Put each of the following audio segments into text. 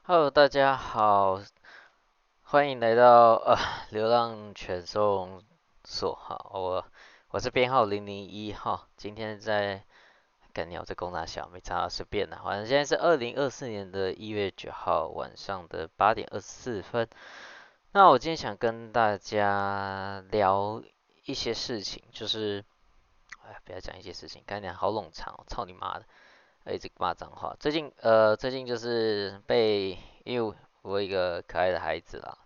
Hello，大家好，欢迎来到流浪犬收容所哈，我是编号001哈，今天在干鸟在公大小没差随便啦，反正现在是2024年的1月9号晚上的8点24分。那我今天想跟大家聊一些事情，就是不要讲一些事情，刚才讲好冗长哦，操你妈的！一直骂脏话。最近就是因为我有一个可爱的孩子啦，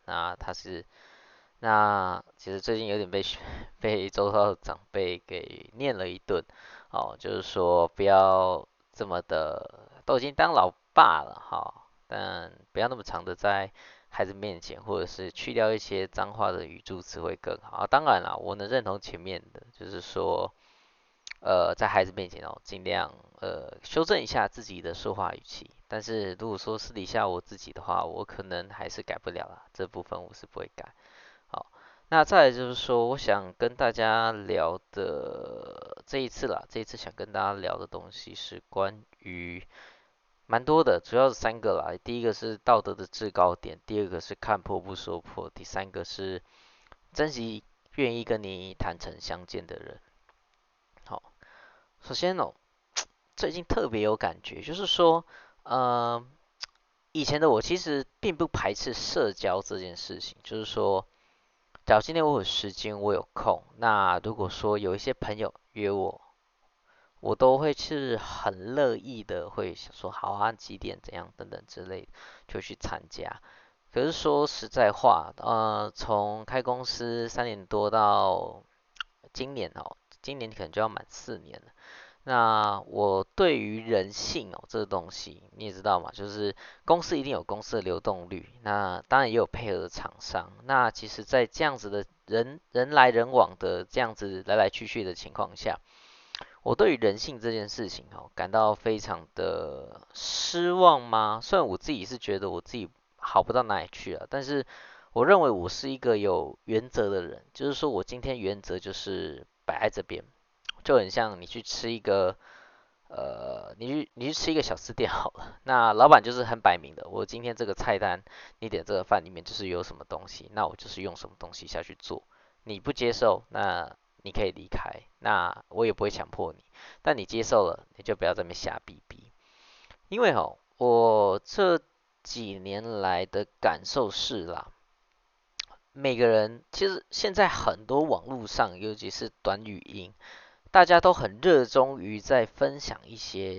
那其实最近有点被周遭的长辈给念了一顿，哦，就是说不要这么的，都已经当老爸了哈，但不要那么长的在孩子面前，或者是去掉一些脏话的语助词会更好。当然啦，我能认同前面的，就是说。在孩子面前哦，尽量修正一下自己的说话语气。但是如果说私底下我自己的话，我可能还是改不了啦，这部分我是不会改。好，那再来就是说，我想跟大家聊的这一次想跟大家聊的东西是关于蛮多的，主要是三个啦。第一个是道德的制高点，第二个是看破不说破，第三个是珍惜愿意跟你坦诚相见的人。好，首先哦，最近特别有感觉，就是说，呃，以前的我其实并不排斥社交这件事情，就是说，假如今天我有时间，我有空，那如果说有一些朋友约我，我都会是很乐意的，会想说好啊，几点怎样等等之类的，就去参加。可是说实在话，从开公司3年多到今年哦，今年可能就要满4年了。那我对于人性哦，这个东西你也知道嘛，就是公司一定有公司的流动率，那当然也有配合的厂商。那其实，在这样子的人来人往的这样子来来去去的情况下，我对于人性这件事情哦，感到非常的失望吗？虽然我自己是觉得我自己好不到哪里去啊，但是我认为我是一个有原则的人，就是说我今天原则就是摆在这边，就很像你去吃一个你去吃一个小吃店好了，那老板就是很摆明的，我今天这个菜单，你点这个饭里面就是有什么东西，那我就是用什么东西下去做，你不接受，那你可以离开，那我也不会强迫你，但你接受了，你就不要在那边瞎逼逼，因为我这几年来的感受是啦，每个人其实现在很多网络上，尤其是短语音。大家都很热衷于在分享一些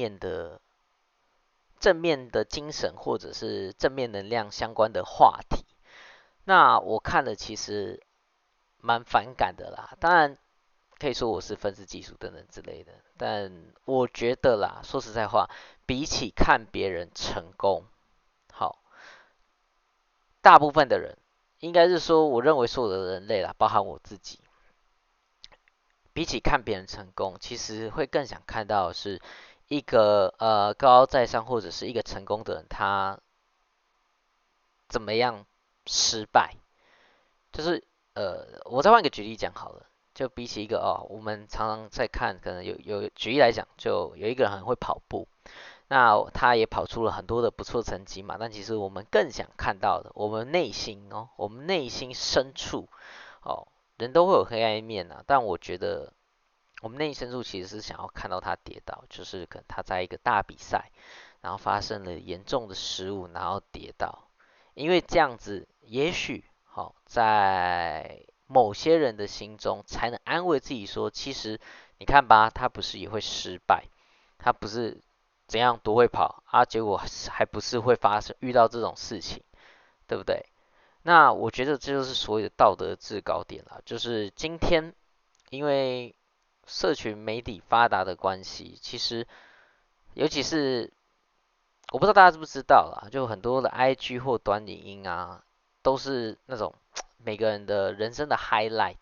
正面的精神或者是正面能量相关的话题。那我看了其实蛮反感的啦，当然可以说我是分析技术等等之类的，但我觉得啦，说实在话，比起看别人成功，好，大部分的人应该是说，我认为所有的人类啦，包含我自己，比起看别人成功，其实会更想看到的是一个高高在上或者是一个成功的人，他怎么样失败。就是我再换个举例讲好了，就比起一个我们常常在看，可能举例来讲，就有一个人很会跑步，那他也跑出了很多的不错成绩嘛。但其实我们更想看到的，我们内心深处哦，人都会有黑暗一面啊，但我觉得我们内心深处其实是想要看到他跌倒，就是可能他在一个大比赛，然后发生了严重的失误，然后跌倒，因为这样子，也许在某些人的心中才能安慰自己说，其实你看吧，他不是也会失败，他不是怎样多会跑啊，结果还不是会遇到这种事情，对不对？那我觉得这就是所谓的道德制高点了，就是今天因为社群媒体发达的关系，其实尤其是我不知道大家知不知道啦，就很多的 IG 或短影音啊，都是那种每个人的人生的 highlight，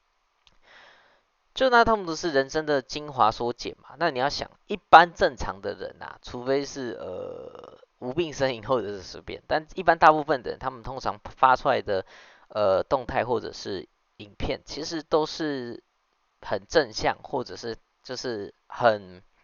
就那他们都是人生的精华所剪嘛。那你要想，一般正常的人啊，除非是无病呻吟或者是随便，但一般大部分的人，他们通常发出来的动态或者是影片，其实都是很正向，或者是就是很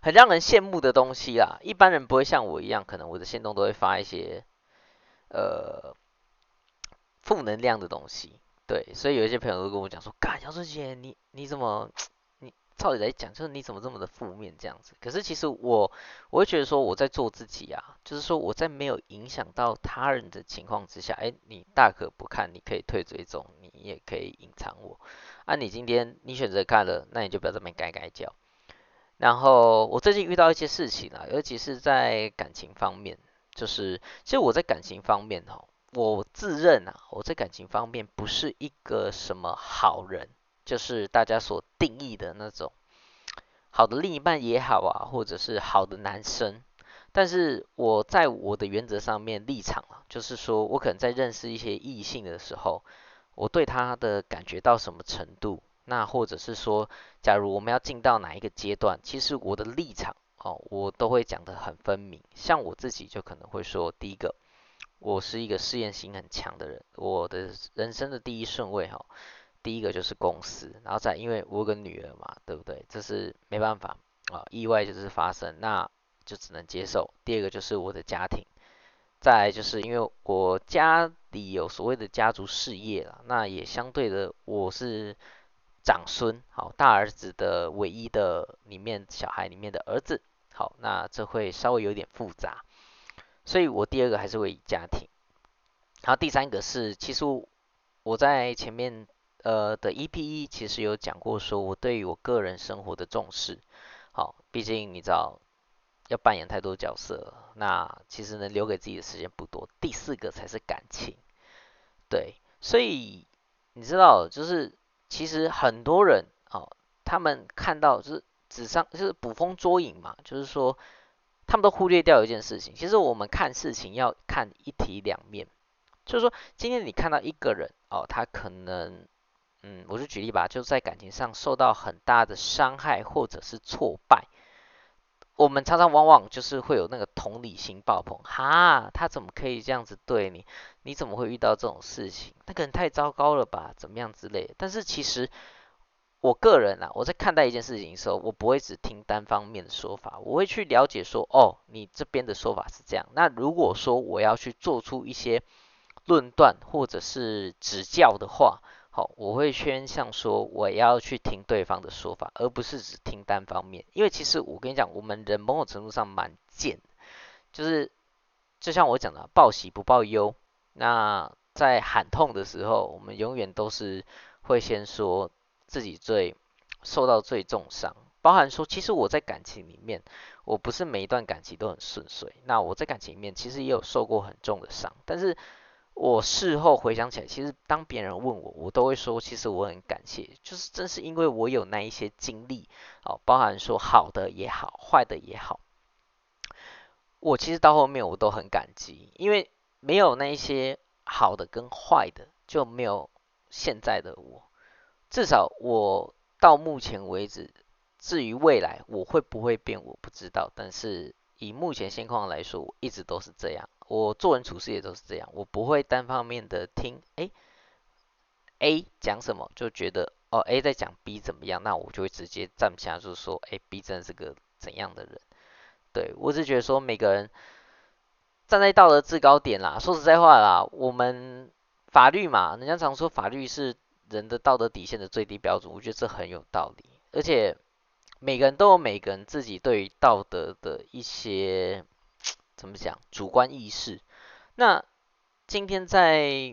很让人羡慕的东西啦。一般人不会像我一样，可能我的线动都会发一些呃负能量的东西。对，所以有一些朋友都跟我讲说，干姚春杰，你怎么你照理来讲，就是你怎么这么的负面这样子？可是其实我会觉得说我在做自己啊，就是说我在没有影响到他人的情况之下，你大可不看，你可以退追踪，你也可以隐藏我。啊，你今天你选择看了，那你就不要这边改改叫。然后我最近遇到一些事情啊，尤其是在感情方面，就是其实我在感情方面我自认啊，我在感情方面不是一个什么好人，就是大家所定义的那种好的另一半也好啊，或者是好的男生。但是我在我的原则上面立场啊，就是说我可能在认识一些异性的时候，我对他的感觉到什么程度，那或者是说，假如我们要进到哪一个阶段，其实我的立场我都会讲得很分明。像我自己就可能会说，第一个，我是一个事业心很强的人，我的人生的第一顺位第一个就是公司，然后再因为我有个女儿嘛，对不对？这是没办法意外就是发生，那就只能接受。第二个就是我的家庭。再来就是因为我家里有所谓的家族事业啦，那也相对的我是长孙，好，大儿子的唯一的里面小孩里面的儿子，好，那这会稍微有点复杂，所以我第二个还是会以家庭，然后第三个是，其实我在前面的 EP 其实有讲过，说我对于我个人生活的重视，好，毕竟你知道要扮演太多角色，那其实能留给自己的时间不多。第四个才是感情，对，所以你知道，就是其实很多人他们看到就是纸上就是捕风捉影嘛，就是说他们都忽略掉一件事情，其实我们看事情要看一体两面，就是说今天你看到一个人他可能我就举例吧，就在感情上受到很大的伤害或者是挫败。我们常常往往就是会有那个同理心爆棚，哈，他怎么可以这样子对你？你怎么会遇到这种事情？那个人太糟糕了吧？怎么样之类的。但是其实我个人啊，我在看待一件事情的时候，我不会只听单方面的说法，我会去了解说，你这边的说法是这样。那如果说我要去做出一些论断或者是指教的话，好，我会偏向说我要去听对方的说法，而不是只听单方面。因为其实我跟你讲，我们人某种程度上蛮贱，就是就像我讲的，报喜不报忧。那在喊痛的时候，我们永远都是会先说自己受到最重伤，包含说，其实我在感情里面，我不是每一段感情都很顺遂。那我在感情里面其实也有受过很重的伤，但是我事后回想起来，其实当别人问我，我都会说，其实我很感谢，就是正是因为我有那一些经历，包含说好的也好，坏的也好，我其实到后面我都很感激，因为没有那一些好的跟坏的，就没有现在的我。至少我到目前为止，至于未来我会不会变，我不知道。但是以目前现况来说，我一直都是这样。我做人处事也都是这样，我不会单方面的听，A 讲什么就觉得A 在讲 B 怎么样，那我就会直接站下就是说，B 真的是个怎样的人？对我只是觉得说每个人站在道德制高点啦。说实在话啦，我们法律嘛，人家常说法律是人的道德底线的最低标准，我觉得这很有道理。而且每个人都有每个人自己对于道德的一些怎么讲主观意识。那今天在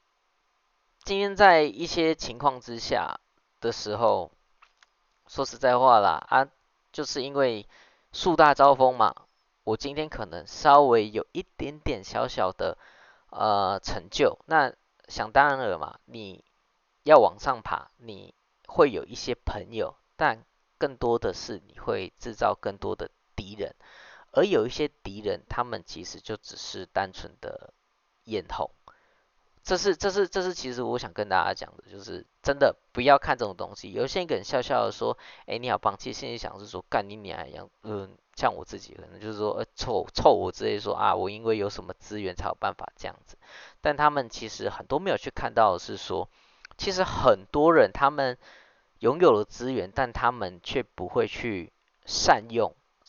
一些情况之下的时候，说实在话啦，就是因为树大招风嘛，我今天可能稍微有一点点小小的成就，那想当然了嘛，你要往上爬，你会有一些朋友，但更多的是你会制造更多的敌人，而有一些敌人，他们其实就只是单纯的眼红。这是其实我想跟大家讲的，就是真的不要看这种东西。有些人可能笑笑的说，你好棒，其实心里想是说，干你娘一样，像我自己可能就是说，臭我之类说啊，我因为有什么资源才有办法这样子。但他们其实很多没有去看到的是说，其实很多人他们拥有了资源，但他们却不会去善用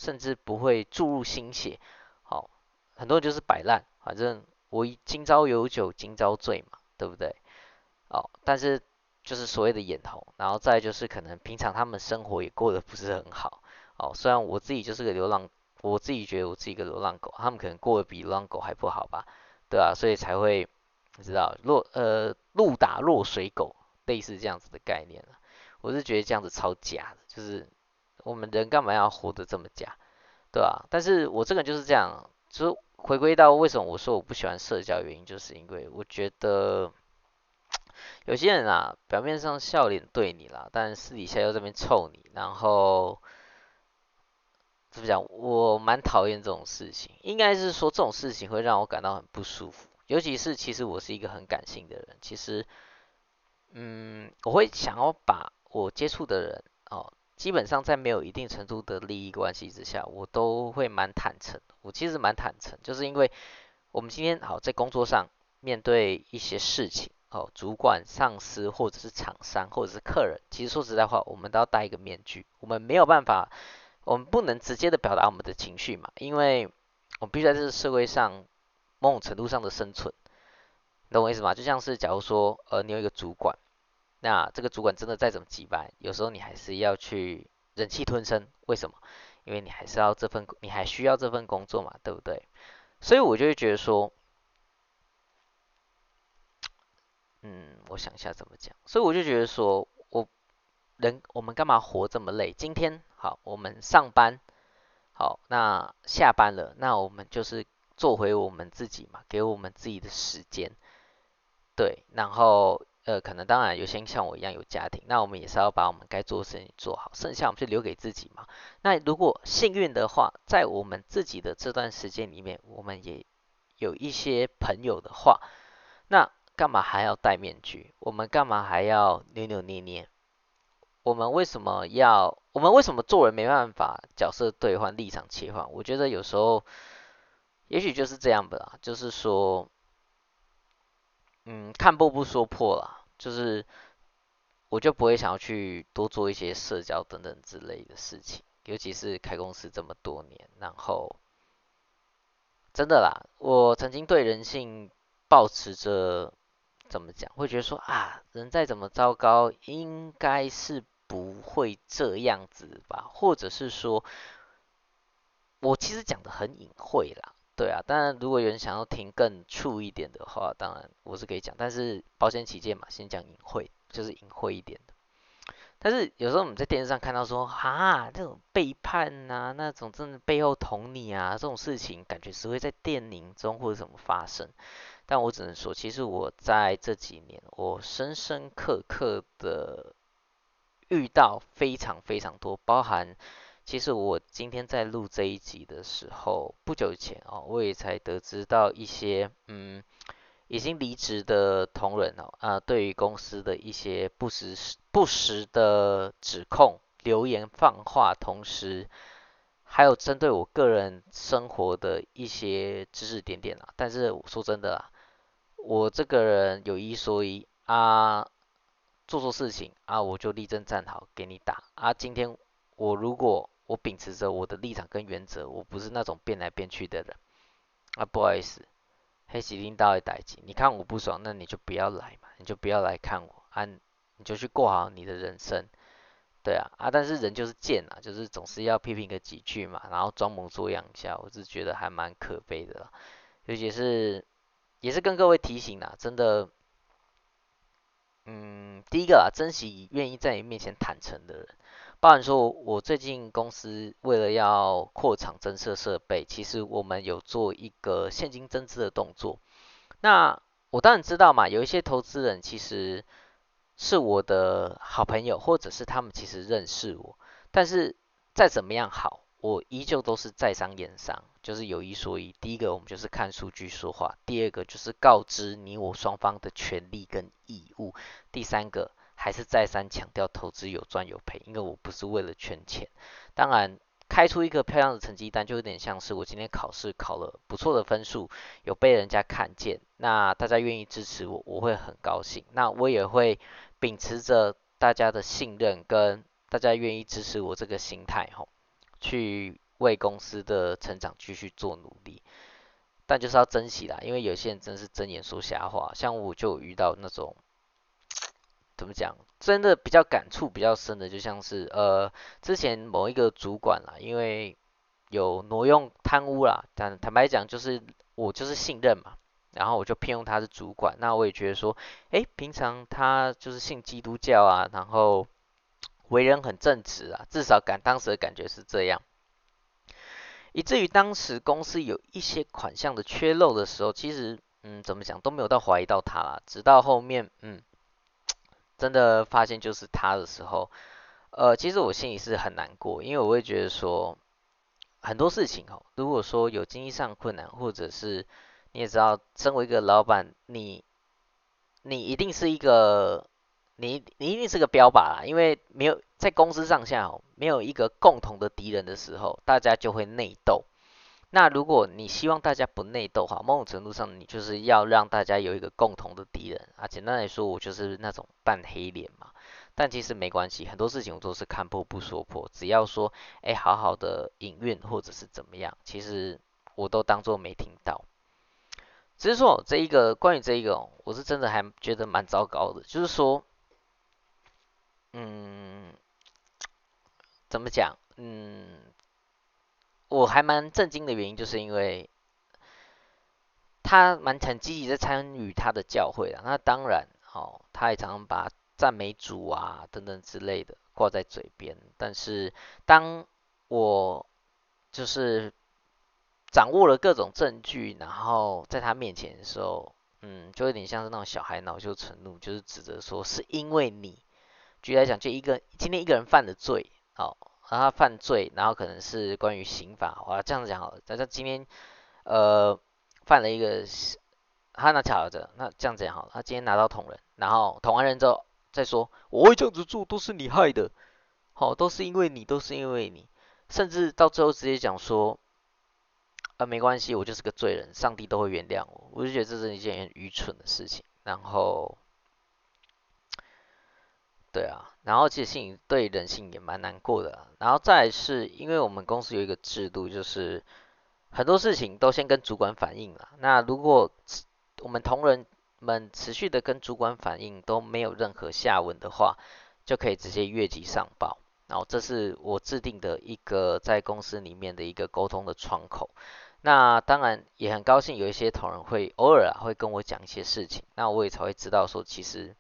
甚至不会注入心血。好，很多人就是摆烂，反正我今朝有酒今朝醉嘛，对不对？哦，但是就是所谓的眼红，然后再就是可能平常他们生活也过得不是很好。哦，虽然我自己就是个流浪，我自己觉得我自己一个流浪狗，他们可能过得比流浪狗还不好吧，对啊，所以才会你知道路打落水狗，类似这样子的概念啊。我是觉得这样子超假的，就是我们人干嘛要活得这么假，对啊，但是我这个人就是这样，就是回归到为什么我说我不喜欢社交，原因就是因为我觉得有些人啊，表面上笑脸对你啦，但私底下又在那边臭你，然后怎么讲？我蛮讨厌这种事情，应该是说这种事情会让我感到很不舒服。尤其是其实我是一个很感性的人，其实我会想要把我接触的人哦，基本上在没有一定程度的利益关系之下，我都会蛮坦诚的。我其实蛮坦诚，就是因为我们今天好在工作上面对一些事情，哦，主管、上司或者是厂商或者是客人，其实说实在话，我们都要戴一个面具，我们没有办法，我们不能直接的表达我们的情绪嘛，因为我们必须在这个社会上某种程度上的生存，你懂我意思吗？就像是假如说，你有一个主管，那这个主管真的再怎么击败，有时候你还是要去忍气吞声，为什么？因为你还是要这份，你还需要这份工作嘛，对不对？所以我就会觉得说，我想一下怎么讲。所以我就觉得说，我们干嘛活这么累？今天好，我们上班好，那下班了，那我们就是做回我们自己嘛，给我们自己的时间。对，然后可能当然有些人像我一样有家庭，那我们也是要把我们该做的事情做好，剩下我们就留给自己嘛。那如果幸运的话，在我们自己的这段时间里面，我们也有一些朋友的话，那干嘛还要戴面具？我们干嘛还要扭扭捏捏？我们为什么做人没办法角色兑换、立场切换？我觉得有时候也许就是这样的啦，就是说，看破不说破啦，就是我就不会想要去多做一些社交等等之类的事情，尤其是开公司这么多年，然后真的啦，我曾经对人性抱持着怎么讲，会觉得说啊，人再怎么糟糕，应该是不会这样子吧，或者是说，我其实讲的很隐晦啦，对啊，当然如果有人想要听更 true 一点的话，当然我是可以讲，但是保险起见嘛，先讲隐晦，就是隐晦一点的。但是有时候我们在电视上看到说，哈，这种背叛呐、那种真的背后捅你啊，这种事情，感觉只会在电影中或者什么发生。但我只能说，其实我在这几年，我深深刻刻的遇到非常非常多，包含其实我今天在录这一集的时候，不久前哦，我也才得知到一些已经离职的同仁哦，对于公司的一些不实的指控、流言放话，同时还有针对我个人生活的一些指指点点啊。但是我说真的啦，我这个人有一说一啊，做错事情啊，我就立正站好给你打啊。今天如果我秉持着我的立场跟原则，我不是那种变来变去的人啊，不好意思，黑喜领导的代志，你看我不爽，那你就不要来嘛，你就不要来看我啊，你就去过好你的人生，对啊啊，但是人就是贱啊，就是总是要批评个几句嘛，然后装模作样一下，我是觉得还蛮可悲的啦，尤其是也是跟各位提醒啦，真的。第一个啊，珍惜愿意在你面前坦诚的人。包含说，我最近公司为了要扩厂增设设备，其实我们有做一个现金增资的动作。那我当然知道嘛，有一些投资人其实是我的好朋友，或者是他们其实认识我，但是再怎么样好，我依旧都是在商言商，就是有一说一。第一个，我们就是看数据说话；第二个，就是告知你我双方的权利跟义务；第三个，还是再三强调投资有赚有赔，因为我不是为了圈钱。当然，开出一个漂亮的成绩单，就有点像是我今天考试考了不错的分数，有被人家看见，那大家愿意支持我，我会很高兴。那我也会秉持着大家的信任跟大家愿意支持我这个心态吼，去为公司的成长继续做努力。但就是要珍惜啦，因为有些人真是睁眼说瞎话，像我就有遇到那种怎么讲，真的比较感触比较深的，就像是之前某一个主管啦，因为有挪用贪污啦，但坦白讲就是我就是信任嘛，然后我就聘用他是主管，那我也觉得说，平常他就是信基督教啊，然后为人很正直啊，至少当时的感觉是这样。以至于当时公司有一些款项的缺漏的时候，其实怎么讲都没有到怀疑到他啦，直到后面真的发现就是他的时候，其实我心里是很难过，因为我会觉得说很多事情哦，如果说有经济上困难，或者是你也知道，身为一个老板，你一定是一个你一定是个标靶啦，因为没有在公司上下没有一个共同的敌人的时候，大家就会内斗。那如果你希望大家不内斗哈，某种程度上你就是要让大家有一个共同的敌人啊。简单来说，我就是那种扮黑脸嘛。但其实没关系，很多事情我都是看破不说破，只要说好好的营运或者是怎么样，其实我都当做没听到。只是说关于这一个我是真的还觉得蛮糟糕的，就是说，嗯，怎么讲？我还蛮震惊的原因，就是因为他很积极在参与他的教会啊，那当然，他也常常把赞美主啊等等之类的挂在嘴边。但是当我就是掌握了各种证据，然后在他面前的时候，就有点像是那种小孩恼羞成怒，就是指责说是因为你，举例来讲，就今天一个人犯了罪，然后他犯罪，然后可能是关于刑法，这样子讲好了，他今天呃犯了一个他拿巧着，那这样子也好，他今天拿到捅人，然后捅完人之后再说我会这样子做都是你害的，都是因为你，都是因为你，甚至到最后直接讲说没关系，我就是个罪人，上帝都会原谅我，我就觉得这是一件很愚蠢的事情。然后对啊，然后其实心里对人性也蛮难过的啊。然后再来是因为我们公司有一个制度，就是很多事情都先跟主管反映了。那如果我们同仁们持续的跟主管反映都没有任何下文的话，就可以直接越级上报。然后这是我制定的一个在公司里面的一个沟通的窗口。那当然也很高兴有一些同仁会偶尔会跟我讲一些事情，那我也才会知道说其实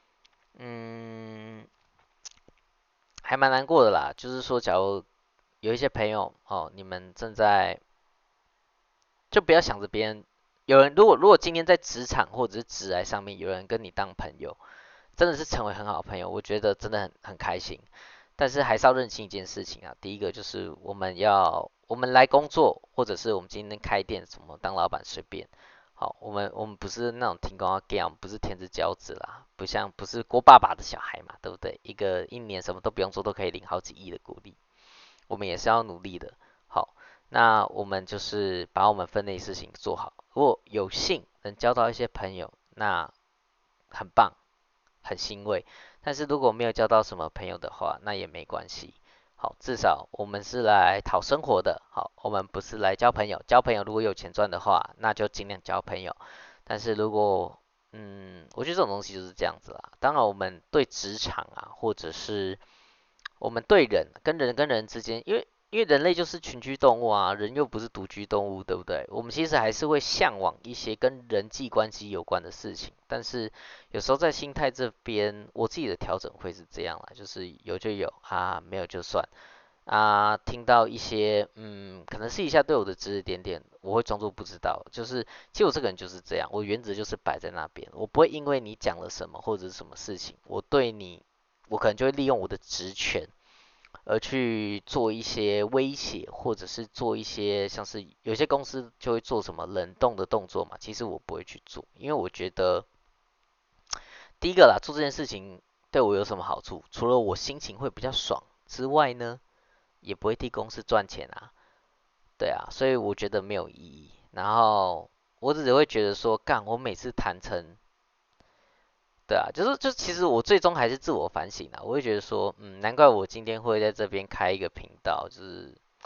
嗯还蛮难过的啦。就是说假如有一些朋友你们正在就不要想着别人。有人如果今天在职场或者是职涯上面有人跟你当朋友，真的是成为很好的朋友，我觉得真的很开心。但是还是要认清一件事情啊，第一个就是我们来工作，或者是我们今天开店什么当老板随便。好，我们不是那种听光要 g 不是天之骄子啦，不是郭爸爸的小孩嘛，对不对？一年什么都不用做都可以领好几亿的鼓励，我们也是要努力的。好，那我们就是把我们分内事情做好。如果有幸能交到一些朋友，那很棒，很欣慰。但是如果没有交到什么朋友的话，那也没关系。好，至少我们是来讨生活的。好，我们不是来交朋友。交朋友如果有钱赚的话，那就尽量交朋友。但是如果我觉得这种东西就是这样子啦。当然，我们对职场啊，或者是我们对人跟人之间，因为人类就是群居动物啊，人又不是独居动物，对不对？我们其实还是会向往一些跟人际关系有关的事情，但是有时候在心态这边，我自己的调整会是这样啦，就是有就有啊，没有就算啊。听到一些可能私底下对我的指指点点，我会装作不知道。其实我这个人就是这样，我原则就是摆在那边，我不会因为你讲了什么或者是什么事情，我可能就会利用我的职权。而去做一些威胁，或者是做一些像是有些公司就会做什么冷冻的动作嘛，其实我不会去做，因为我觉得第一个啦，做这件事情对我有什么好处？除了我心情会比较爽之外呢，也不会替公司赚钱啊，对啊，所以我觉得没有意义。然后我只会觉得说，干，我每次谈成，对啊，其实我最终还是自我反省啦，我会觉得说，难怪我今天会在这边开一个频道，就是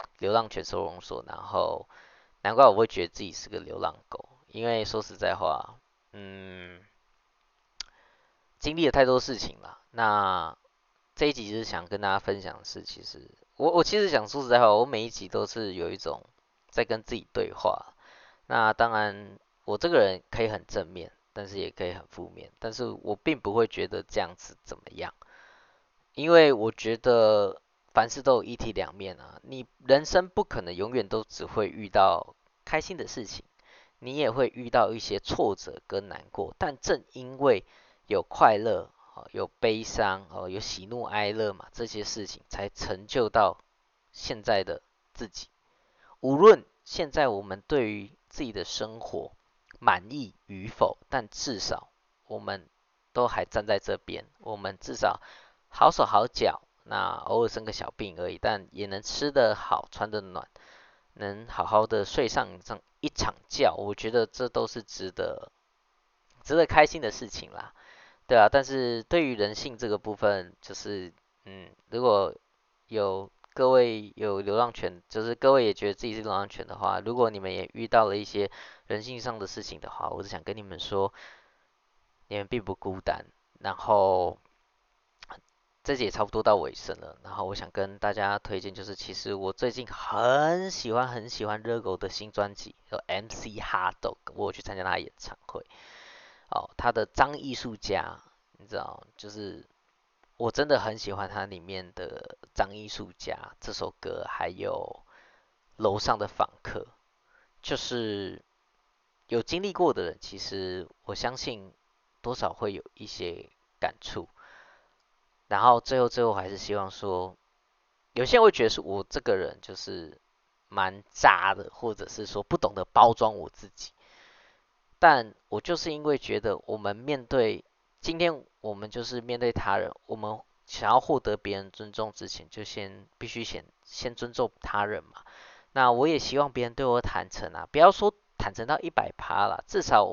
流浪犬收容所，然后难怪我会觉得自己是个流浪狗，因为说实在话，嗯，经历了太多事情了。那这一集就是想跟大家分享的是，其实我其实想说实在话，我每一集都是有一种在跟自己对话。那当然，我这个人可以很正面，但是也可以很负面，但是我并不会觉得这样子怎么样。因为我觉得凡事都有一体两面啊，你人生不可能永远都只会遇到开心的事情，你也会遇到一些挫折跟难过，但正因为有快乐，有悲伤，有喜怒哀乐嘛，这些事情才成就到现在的自己。无论现在我们对于自己的生活满意与否，但至少我们都还站在这边，我们至少好手好脚，那偶尔生个小病而已，但也能吃得好，穿得暖，能好好的睡上一场觉，我觉得这都是值得开心的事情啦。对啊，但是对于人性这个部分，就是如果各位有流浪犬，就是各位也觉得自己是流浪犬的话，如果你们也遇到了一些人性上的事情的话，我只想跟你们说，你们并不孤单。然后这集也差不多到尾声了，然后我想跟大家推荐，就是其实我最近很喜欢热狗的新专辑，叫 MC Hotdog，我有去参加他的演唱会。哦，他的张艺术家，你知道，就是我真的很喜欢它里面的张艺术家这首歌，还有楼上的访客，就是有经历过的人，其实我相信多少会有一些感触。然后最后还是希望说，有些人会觉得是我这个人就是蛮渣的，或者是说不懂得包装我自己。但我就是因为觉得我们今天我们就是面对他人，我们想要获得别人尊重之前，就必须先尊重他人嘛。那我也希望别人对我坦诚啊，不要说坦诚到100%啦，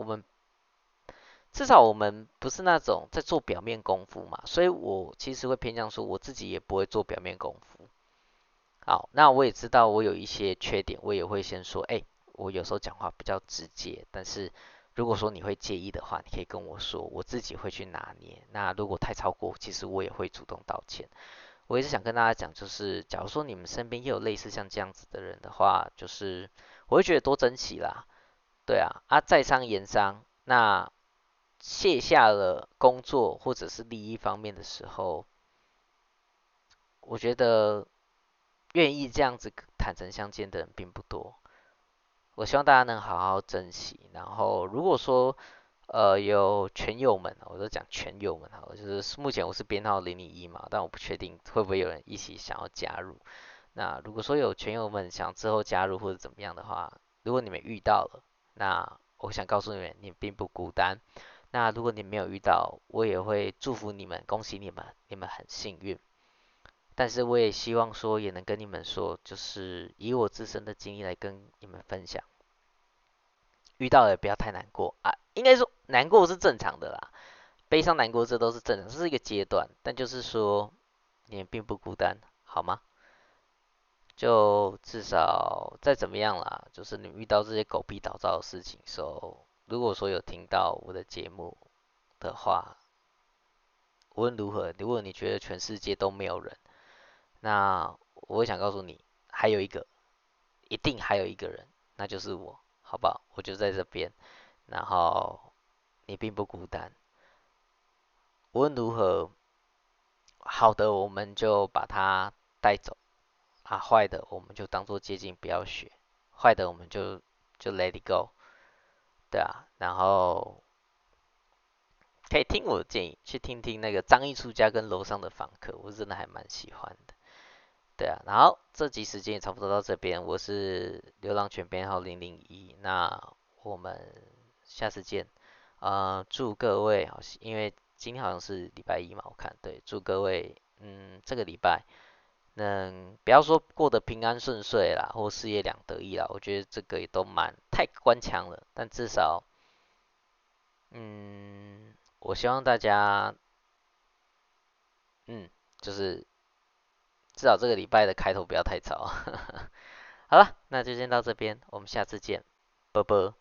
至少我们不是那种在做表面功夫嘛，所以我其实会偏向说我自己也不会做表面功夫。好，那我也知道我有一些缺点，我也会先说，我有时候讲话比较直接，但是如果说你会介意的话，你可以跟我说，我自己会去拿捏。那如果太超过，其实我也会主动道歉。我也是想跟大家讲，就是假如说你们身边也有类似像这样子的人的话，就是我会觉得多珍惜啦。对啊，在商言商，那卸下了工作或者是利益方面的时候，我觉得愿意这样子坦诚相见的人并不多。我希望大家能好好珍惜。然后，如果说有全友们，我都讲全友们好了，就是目前我是编号001嘛，但我不确定会不会有人一起想要加入。那如果说有全友们想之后加入或者怎么样的话，如果你们遇到了，那我想告诉你们，你并不孤单。那如果你没有遇到，我也会祝福你们，恭喜你们，你们很幸运。但是我也希望说，也能跟你们说，就是以我自身的经历来跟你们分享，遇到了不要太难过啊，应该说难过是正常的啦，悲伤难过这都是正常，这是一个阶段，但就是说你们并不孤单，好吗？就至少再怎么样啦，就是你遇到这些狗屁倒灶的事情的时候，如果说有听到我的节目的话，无论如何，如果你觉得全世界都没有人，那我会想告诉你，还有一个，一定还有一个人，那就是我，好不好？我就在这边，然后你并不孤单。无论如何，好的我们就把它带走坏的我们就当做接近不要学，坏的我们就 let it go，对啊，然后可以听我的建议，去听听那个张艺术家跟楼上的访客，我真的还蛮喜欢的。对啊，然后这集时间也差不多到这边，我是流浪犬编号001，那我们下次见。祝各位，因为今天好像是礼拜一嘛，我看对，祝各位，这个礼拜能不要说过得平安顺遂啦，或事业两得意啦，我觉得这个也都太官腔了，但至少，我希望大家，就是至少这个礼拜的开头不要太吵。好了，那就先到这边，我们下次见，啵啵。